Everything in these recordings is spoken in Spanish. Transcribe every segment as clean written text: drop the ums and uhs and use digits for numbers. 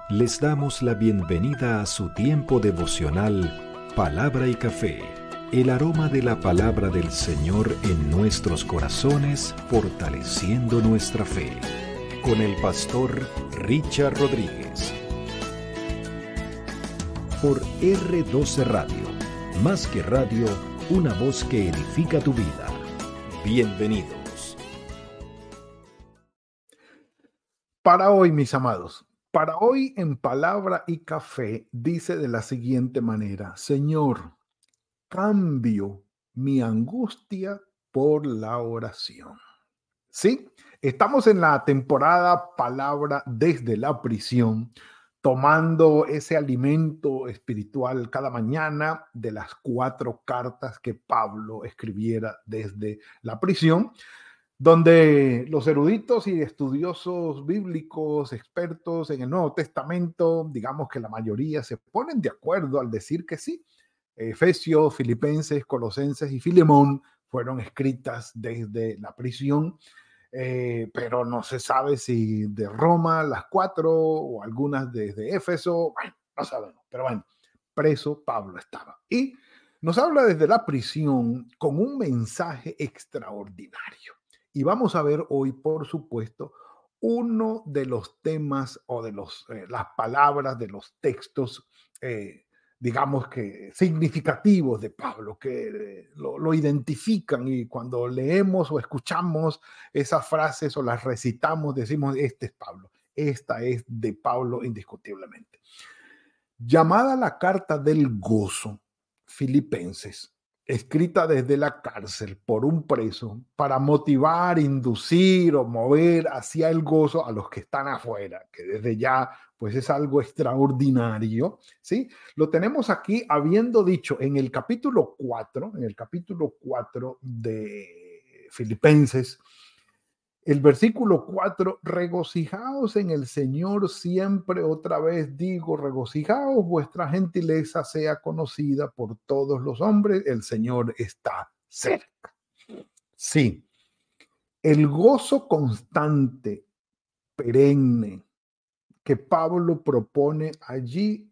Les damos la bienvenida a su tiempo devocional Palabra y Café, el aroma de la palabra del Señor en nuestros corazones, fortaleciendo nuestra fe. Con el pastor Richard Rodríguez. Por R12 Radio, más que radio, una voz que edifica tu vida. Bienvenidos. Para hoy, mis amados, para hoy en Palabra y Café dice de la siguiente manera: Señor, cambio mi angustia por la oración. Sí, estamos en la temporada Palabra desde la prisión, tomando ese alimento espiritual cada mañana de las 4 cartas que Pablo escribiera desde la prisión, donde los eruditos y estudiosos bíblicos, expertos en el Nuevo Testamento, digamos que la mayoría se ponen de acuerdo al decir que sí, Efesios, Filipenses, Colosenses y Filemón fueron escritas desde la prisión, pero no se sabe si de Roma las 4 o algunas desde Éfeso, bueno, no sabemos, pero bueno, preso Pablo estaba. Y nos habla desde la prisión con un mensaje extraordinario. Y vamos a ver hoy, por supuesto, uno de los temas o de las palabras de los textos, digamos que significativos de Pablo, que lo identifican, y cuando leemos o escuchamos esas frases o las recitamos, decimos, este es Pablo, esta es de Pablo indiscutiblemente. Llamada la carta del gozo, Filipenses, escrita desde la cárcel por un preso para motivar, inducir o mover hacia el gozo a los que están afuera, que desde ya pues es algo extraordinario, ¿sí? Lo tenemos aquí habiendo dicho en el capítulo 4 de Filipenses, el versículo 4: regocijaos en el Señor siempre. Otra vez digo, regocijaos, vuestra gentileza sea conocida por todos los hombres, el Señor está cerca. Sí, el gozo constante, perenne, que Pablo propone allí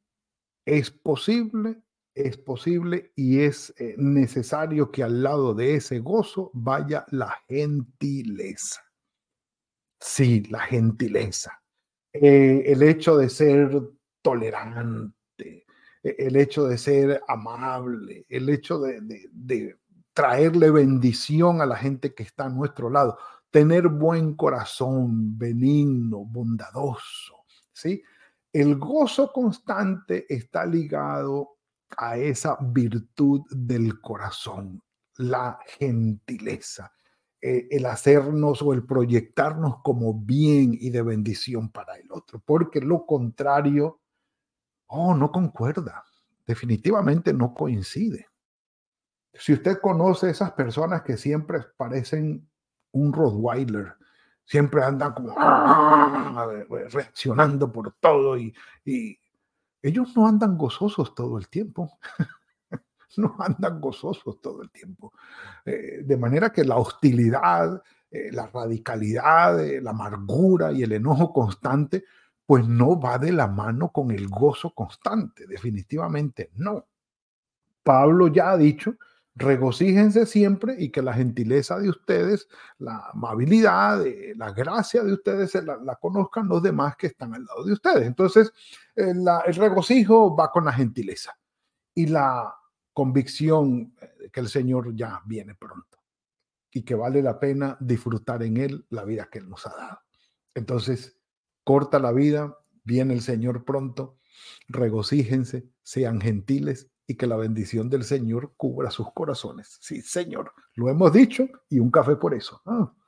es posible y es necesario que al lado de ese gozo vaya la gentileza. Sí, la gentileza. El hecho de ser tolerante, el hecho de ser amable, el hecho de traerle bendición a la gente que está a nuestro lado, tener buen corazón, benigno, bondadoso, ¿sí? El gozo constante está ligado a esa virtud del corazón, la gentileza, el hacernos o el proyectarnos como bien y de bendición para el otro, porque lo contrario, no concuerda, definitivamente no coincide. Si usted conoce esas personas que siempre parecen un Rottweiler, siempre andan como reaccionando por todo, y ellos no andan gozosos todo el tiempo. No andan gozosos todo el tiempo. De manera que la hostilidad, la radicalidad, la amargura y el enojo constante, pues no va de la mano con el gozo constante, definitivamente no. Pablo ya ha dicho, regocíjense siempre y que la gentileza de ustedes, la amabilidad, la gracia de ustedes la conozcan los demás que están al lado de ustedes. Entonces, el regocijo va con la gentileza y la convicción de que el Señor ya viene pronto y que vale la pena disfrutar en Él la vida que Él nos ha dado. Entonces, corta la vida, viene el Señor pronto, regocíjense, sean gentiles y que la bendición del Señor cubra sus corazones. Sí, Señor, lo hemos dicho, y un café por eso.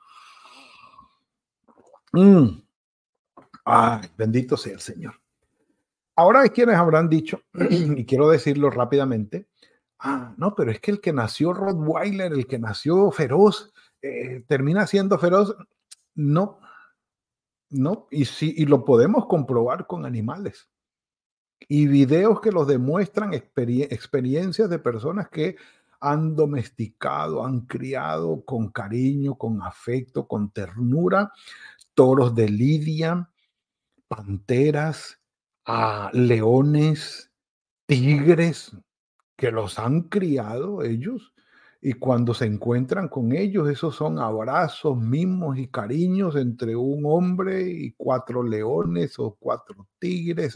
Ay, bendito sea el Señor. Ahora hay quienes habrán dicho, y quiero decirlo rápidamente, no, pero es que el que nació Rottweiler, el que nació feroz, termina siendo feroz. No, no, y sí, y lo podemos comprobar con animales. Y videos que los demuestran, experiencias de personas que han domesticado, han criado con cariño, con afecto, con ternura, toros de lidia, panteras, a leones, tigres, que los han criado ellos, y cuando se encuentran con ellos, esos son abrazos, mimos y cariños entre un hombre y 4 leones o 4 tigres.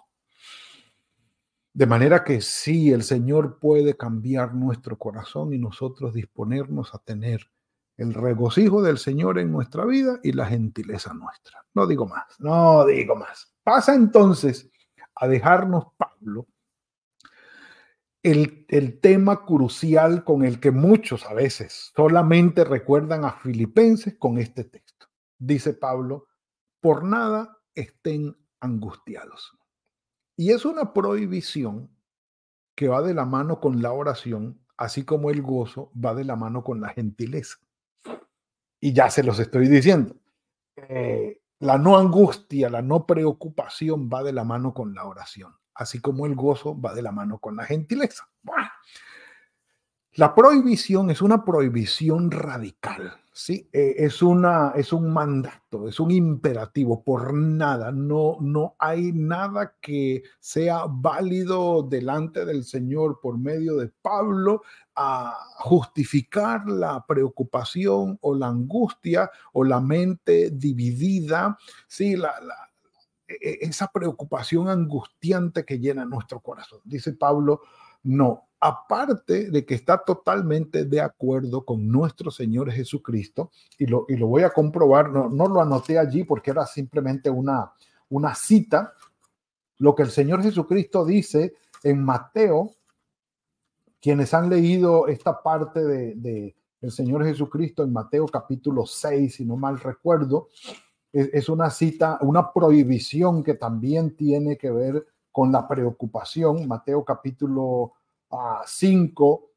De manera que sí, el Señor puede cambiar nuestro corazón y nosotros disponernos a tener el regocijo del Señor en nuestra vida y la gentileza nuestra. No digo más, no digo más. Pasa entonces a dejarnos Pablo el tema crucial con el que muchos a veces solamente recuerdan a Filipenses con este texto. Dice Pablo, por nada estén angustiados. Y es una prohibición que va de la mano con la oración, así como el gozo va de la mano con la gentileza. Y ya se los estoy diciendo. La no angustia, la no preocupación va de la mano con la oración, así como el gozo va de la mano con la gentileza. Bueno, la prohibición es una prohibición radical, ¿sí? Es un mandato, es un imperativo, por nada, no hay nada que sea válido delante del Señor por medio de Pablo a justificar la preocupación o la angustia o la mente dividida, ¿sí? Esa preocupación angustiante que llena nuestro corazón. Dice Pablo, no, aparte de que está totalmente de acuerdo con nuestro Señor Jesucristo, y lo voy a comprobar, no lo anoté allí porque era simplemente una cita, lo que el Señor Jesucristo dice en Mateo, quienes han leído esta parte del Señor Jesucristo en Mateo capítulo 6, si no mal recuerdo, es una cita, una prohibición que también tiene que ver con la preocupación. Mateo capítulo 5,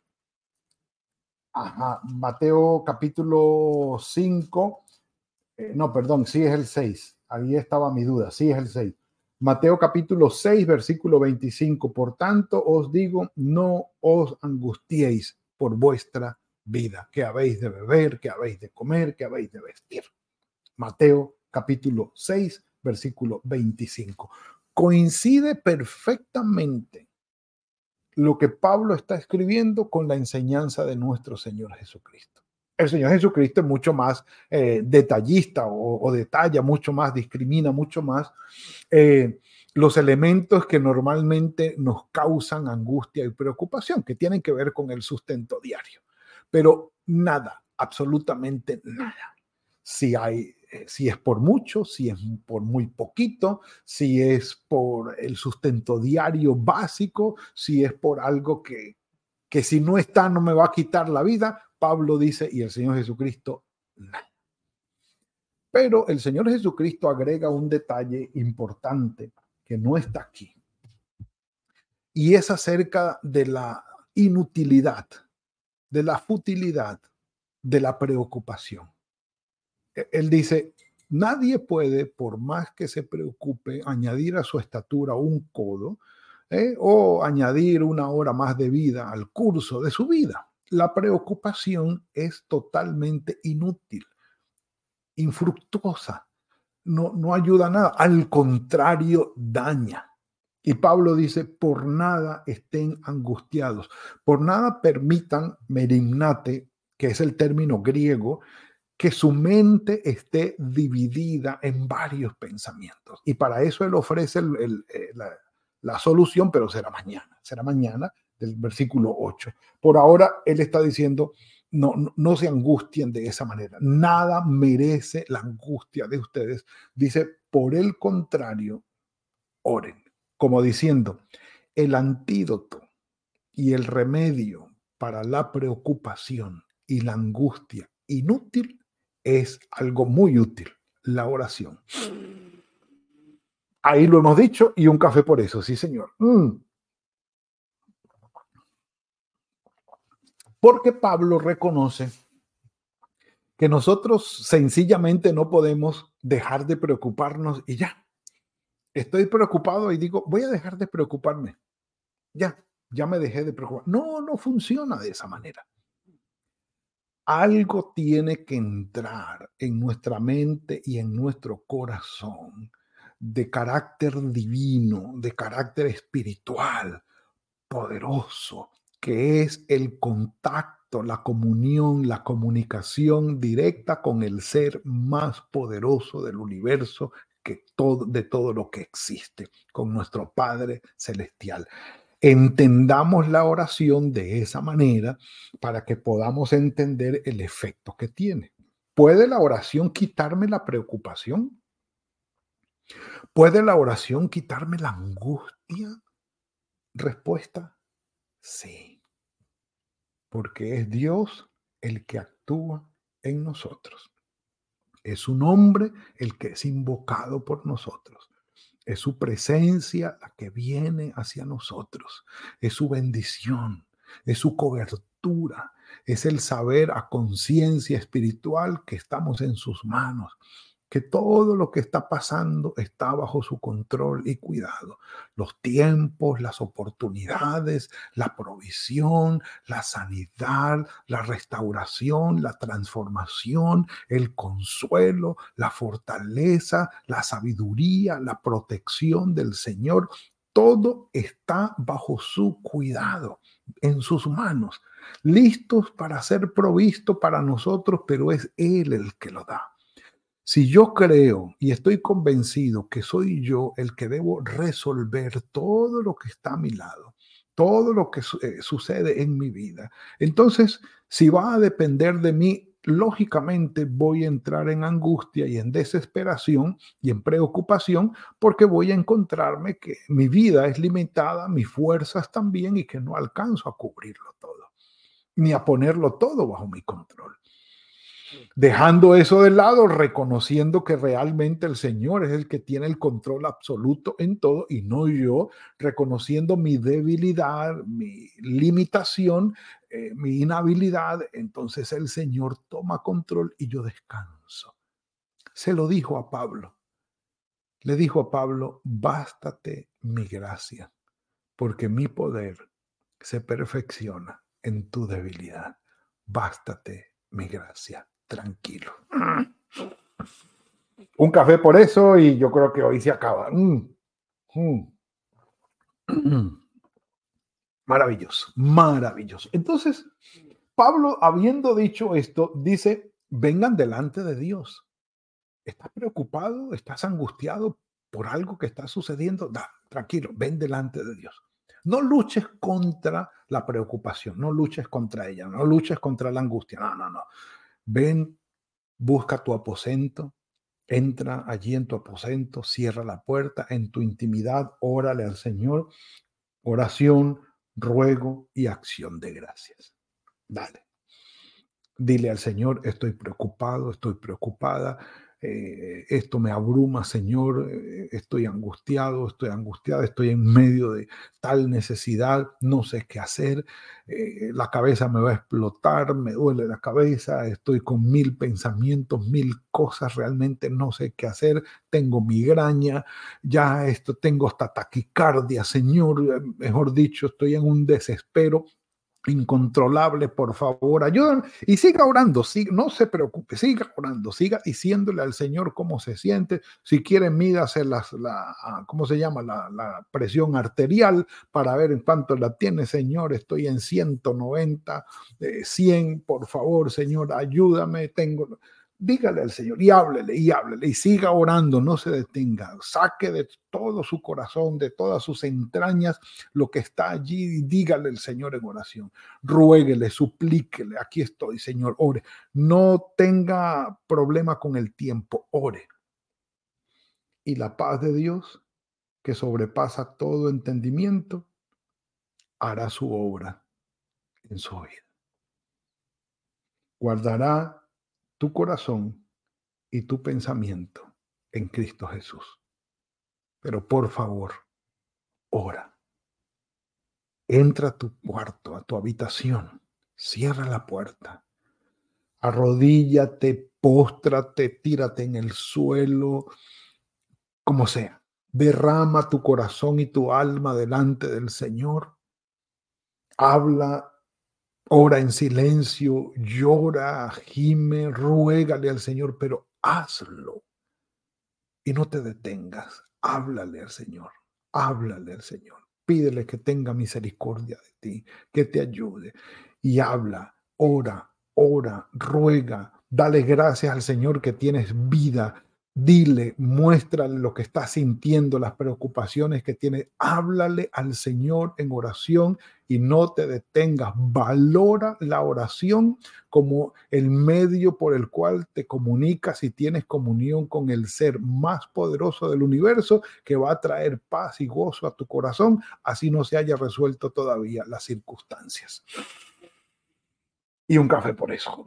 Mateo capítulo 5, no, perdón, sí es el 6, ahí estaba mi duda, sí es el 6. Mateo capítulo 6, versículo 25, por tanto os digo, no os angustiéis por vuestra vida, que habéis de beber, que habéis de comer, que habéis de vestir. Mateo capítulo 6, versículo 25. Coincide perfectamente lo que Pablo está escribiendo con la enseñanza de nuestro Señor Jesucristo. El Señor Jesucristo es mucho más detallista o detalla mucho más, discrimina mucho más los elementos que normalmente nos causan angustia y preocupación, que tienen que ver con el sustento diario. Pero nada, absolutamente nada. Si es por mucho, si es por muy poquito, si es por el sustento diario básico, si es por algo que si no está no me va a quitar la vida, Pablo dice, y el Señor Jesucristo, no. Pero el Señor Jesucristo agrega un detalle importante que no está aquí, y es acerca de la inutilidad, de la futilidad, de la preocupación. Él dice, nadie puede, por más que se preocupe, añadir a su estatura un codo o añadir una hora más de vida al curso de su vida. La preocupación es totalmente inútil, infructuosa, no ayuda a nada, al contrario, daña. Y Pablo dice, por nada estén angustiados, por nada permitan merimnate, que es el término griego, que su mente esté dividida en varios pensamientos. Y para eso él ofrece la solución, pero será mañana del versículo 8. Por ahora él está diciendo, no se angustien de esa manera. Nada merece la angustia de ustedes. Dice, por el contrario, oren, como diciendo, el antídoto y el remedio para la preocupación y la angustia inútil es algo muy útil, la oración. Ahí lo hemos dicho y un café por eso, sí señor. Porque Pablo reconoce que nosotros sencillamente no podemos dejar de preocuparnos y ya. Estoy preocupado y digo, voy a dejar de preocuparme. Ya me dejé de preocupar. No funciona de esa manera. Algo tiene que entrar en nuestra mente y en nuestro corazón de carácter divino, de carácter espiritual, poderoso, que es el contacto, la comunión, la comunicación directa con el ser más poderoso del universo, de todo lo que existe, con nuestro Padre Celestial. Entendamos la oración de esa manera para que podamos entender el efecto que tiene. ¿Puede la oración quitarme la preocupación? ¿Puede la oración quitarme la angustia? Respuesta, sí, porque es Dios el que actúa en nosotros. Es su nombre el que es invocado por nosotros. Es su presencia la que viene hacia nosotros. Es su bendición, es su cobertura, es el saber a conciencia espiritual que estamos en sus manos, que todo lo que está pasando está bajo su control y cuidado. Los tiempos, las oportunidades, la provisión, la sanidad, la restauración, la transformación, el consuelo, la fortaleza, la sabiduría, la protección del Señor. Todo está bajo su cuidado, en sus manos, listos para ser provisto para nosotros, pero es Él el que lo da. Si yo creo y estoy convencido que soy yo el que debo resolver todo lo que está a mi lado, todo lo que sucede en mi vida, entonces si va a depender de mí, lógicamente voy a entrar en angustia y en desesperación y en preocupación porque voy a encontrarme que mi vida es limitada, mis fuerzas también y que no alcanzo a cubrirlo todo, ni a ponerlo todo bajo mi control. Dejando eso de lado, reconociendo que realmente el Señor es el que tiene el control absoluto en todo y no yo, reconociendo mi debilidad, mi limitación, mi inhabilidad, entonces el Señor toma control y yo descanso. Se lo dijo a Pablo. Le dijo a Pablo, bástate mi gracia, porque mi poder se perfecciona en tu debilidad. Bástate mi gracia. Tranquilo. Un café por eso y yo creo que hoy se acaba. Maravilloso, maravilloso. Entonces, Pablo, habiendo dicho esto, dice, vengan delante de Dios. ¿Estás preocupado? ¿Estás angustiado por algo que está sucediendo? Tranquilo, ven delante de Dios. No luches contra la preocupación, no luches contra ella, no luches contra la angustia. No. Ven, busca tu aposento, entra allí en tu aposento, cierra la puerta, en tu intimidad, órale al Señor, oración, ruego y acción de gracias. Dale. Dile al Señor, estoy preocupado, estoy preocupada, esto me abruma, Señor, estoy angustiado, estoy angustiada, estoy en medio de tal necesidad, no sé qué hacer, la cabeza me va a explotar, me duele la cabeza, estoy con 1000 pensamientos, 1000 cosas, realmente no sé qué hacer, tengo migraña, ya tengo hasta taquicardia, Señor, mejor dicho, estoy en un desespero incontrolable, por favor, ayúdame. Y siga orando, no se preocupe, siga orando, siga diciéndole al Señor cómo se siente. Si quiere, mídase ¿cómo se llama? La presión arterial para ver en cuánto la tiene, Señor. Estoy en 190, 100, por favor, Señor, ayúdame. Dígale al Señor y háblele y siga orando, no se detenga. Saque de todo su corazón, de todas sus entrañas lo que está allí y dígale al Señor en oración. Ruéguele, suplíquele, aquí estoy, Señor, ore. No tenga problema con el tiempo, ore. Y la paz de Dios, que sobrepasa todo entendimiento, hará su obra en su vida. Guardará tu corazón y tu pensamiento en Cristo Jesús. Pero por favor, ora. Entra a tu cuarto, a tu habitación, cierra la puerta, arrodíllate, póstrate, tírate en el suelo, como sea. Derrama tu corazón y tu alma delante del Señor. Habla, ora en silencio, llora, gime, ruégale al Señor, pero hazlo. Y no te detengas. Háblale al Señor, háblale al Señor. Pídele que tenga misericordia de ti, que te ayude. Y habla, ora, ora, ruega, dale gracias al Señor que tienes vida. Dile, muéstrale lo que estás sintiendo, las preocupaciones que tienes. Háblale al Señor en oración y no te detengas. Valora la oración como el medio por el cual te comunicas y tienes comunión con el ser más poderoso del universo, que va a traer paz y gozo a tu corazón, así no se haya resuelto todavía las circunstancias. Y un café por eso.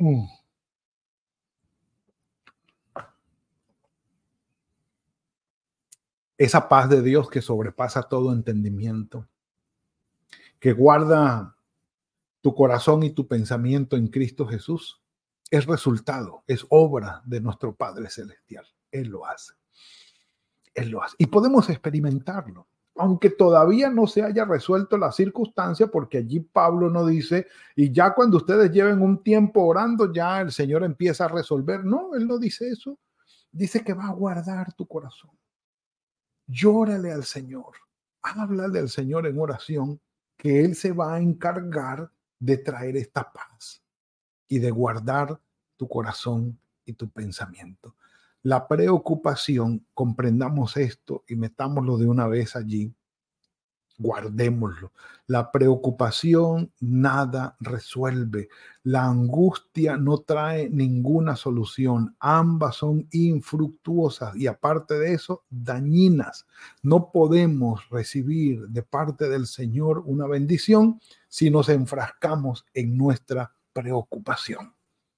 Esa paz de Dios que sobrepasa todo entendimiento, que guarda tu corazón y tu pensamiento en Cristo Jesús, es resultado, es obra de nuestro Padre Celestial. Él lo hace. Él lo hace. Y podemos experimentarlo, aunque todavía no se haya resuelto la circunstancia, porque allí Pablo no dice, y ya cuando ustedes lleven un tiempo orando, ya el Señor empieza a resolver. No, Él no dice eso. Dice que va a guardar tu corazón. Llórale al Señor. Háblale al Señor en oración, que Él se va a encargar de traer esta paz y de guardar tu corazón y tu pensamiento. La preocupación, comprendamos esto y metámoslo de una vez allí, guardémoslo. La preocupación nada resuelve. La angustia no trae ninguna solución. Ambas son infructuosas y aparte de eso, dañinas. No podemos recibir de parte del Señor una bendición si nos enfrascamos en nuestra preocupación.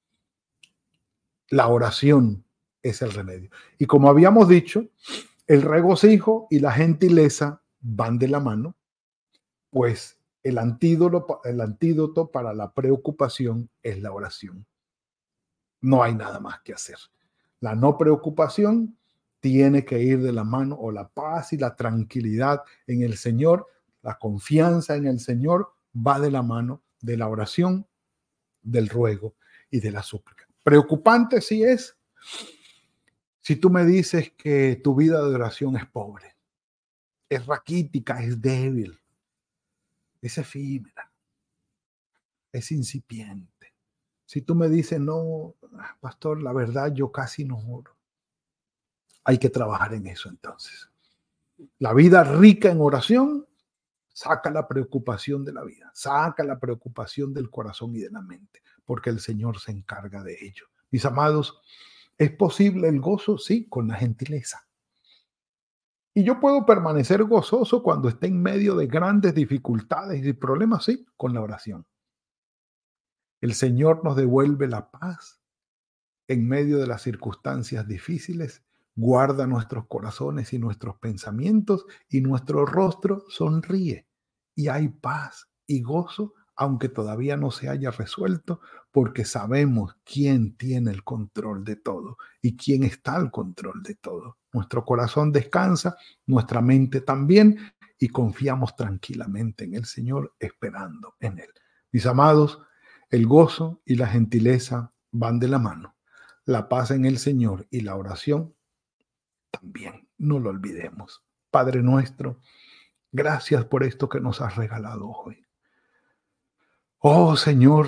La oración es el remedio. Y como habíamos dicho, el regocijo y la gentileza van de la mano, pues el antídoto para la preocupación es la oración. No hay nada más que hacer. La no preocupación tiene que ir de la mano, o la paz y la tranquilidad en el Señor, la confianza en el Señor va de la mano de la oración, del ruego y de la súplica. Preocupante sí es si tú me dices que tu vida de oración es pobre, es raquítica, es débil, es efímera, es incipiente. Si tú me dices, no, pastor, la verdad yo casi no oro. Hay que trabajar en eso entonces. La vida rica en oración saca la preocupación de la vida, saca la preocupación del corazón y de la mente, porque el Señor se encarga de ello. Mis amados, ¿es posible el gozo? Sí, con la gentileza. Y yo puedo permanecer gozoso cuando esté en medio de grandes dificultades y problemas, sí, con la oración. El Señor nos devuelve la paz en medio de las circunstancias difíciles, guarda nuestros corazones y nuestros pensamientos y nuestro rostro sonríe y hay paz y gozo, aunque todavía no se haya resuelto, porque sabemos quién tiene el control de todo y quién está al control de todo. Nuestro corazón descansa, nuestra mente también, y confiamos tranquilamente en el Señor, esperando en Él. Mis amados, el gozo y la gentileza van de la mano. La paz en el Señor y la oración también, no lo olvidemos. Padre nuestro, gracias por esto que nos has regalado hoy. Oh Señor,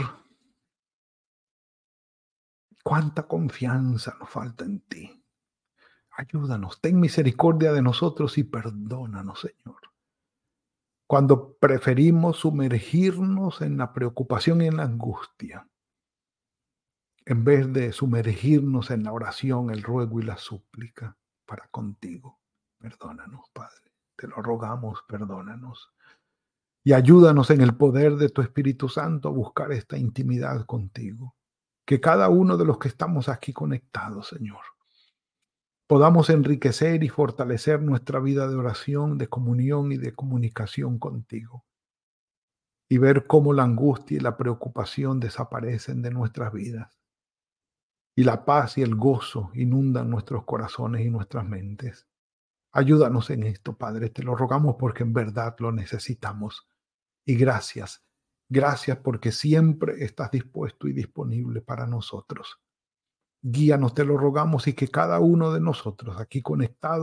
cuánta confianza nos falta en ti. Ayúdanos, ten misericordia de nosotros y perdónanos, Señor. Cuando preferimos sumergirnos en la preocupación y en la angustia, en vez de sumergirnos en la oración, el ruego y la súplica para contigo. Perdónanos, Padre. Te lo rogamos, perdónanos. Y ayúdanos en el poder de tu Espíritu Santo a buscar esta intimidad contigo. Que cada uno de los que estamos aquí conectados, Señor, podamos enriquecer y fortalecer nuestra vida de oración, de comunión y de comunicación contigo. Y ver cómo la angustia y la preocupación desaparecen de nuestras vidas. Y la paz y el gozo inundan nuestros corazones y nuestras mentes. Ayúdanos en esto, Padre, te lo rogamos porque en verdad lo necesitamos. Y gracias, gracias porque siempre estás dispuesto y disponible para nosotros. Guíanos, te lo rogamos, y que cada uno de nosotros aquí conectados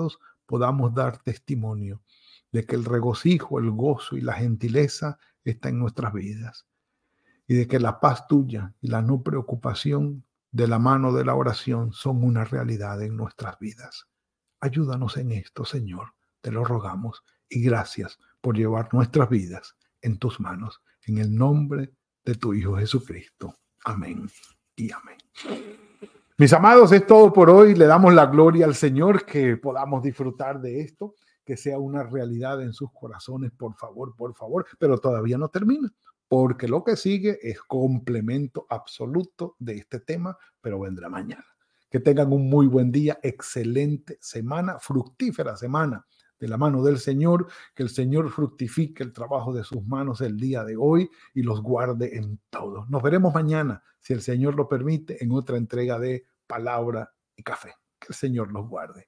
podamos dar testimonio de que el regocijo, el gozo y la gentileza está en nuestras vidas y de que la paz tuya y la no preocupación de la mano de la oración son una realidad en nuestras vidas. Ayúdanos en esto, Señor, te lo rogamos, y gracias por llevar nuestras vidas en tus manos, en el nombre de tu Hijo Jesucristo. Amén y amén. Mis amados, es todo por hoy. Le damos la gloria al Señor, que podamos disfrutar de esto, que sea una realidad en sus corazones, por favor, pero todavía no termina, porque lo que sigue es complemento absoluto de este tema, pero vendrá mañana. Que tengan un muy buen día, excelente semana, fructífera semana de la mano del Señor, que el Señor fructifique el trabajo de sus manos el día de hoy y los guarde en todo. Nos veremos mañana, si el Señor lo permite, en otra entrega de Palabra y Café. Que el Señor los guarde.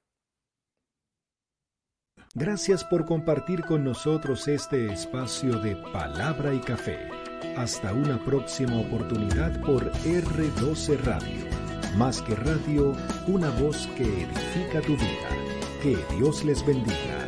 Gracias por compartir con nosotros este espacio de Palabra y Café. Hasta una próxima oportunidad por R12 Radio. Más que radio, una voz que edifica tu vida. Que Dios les bendiga.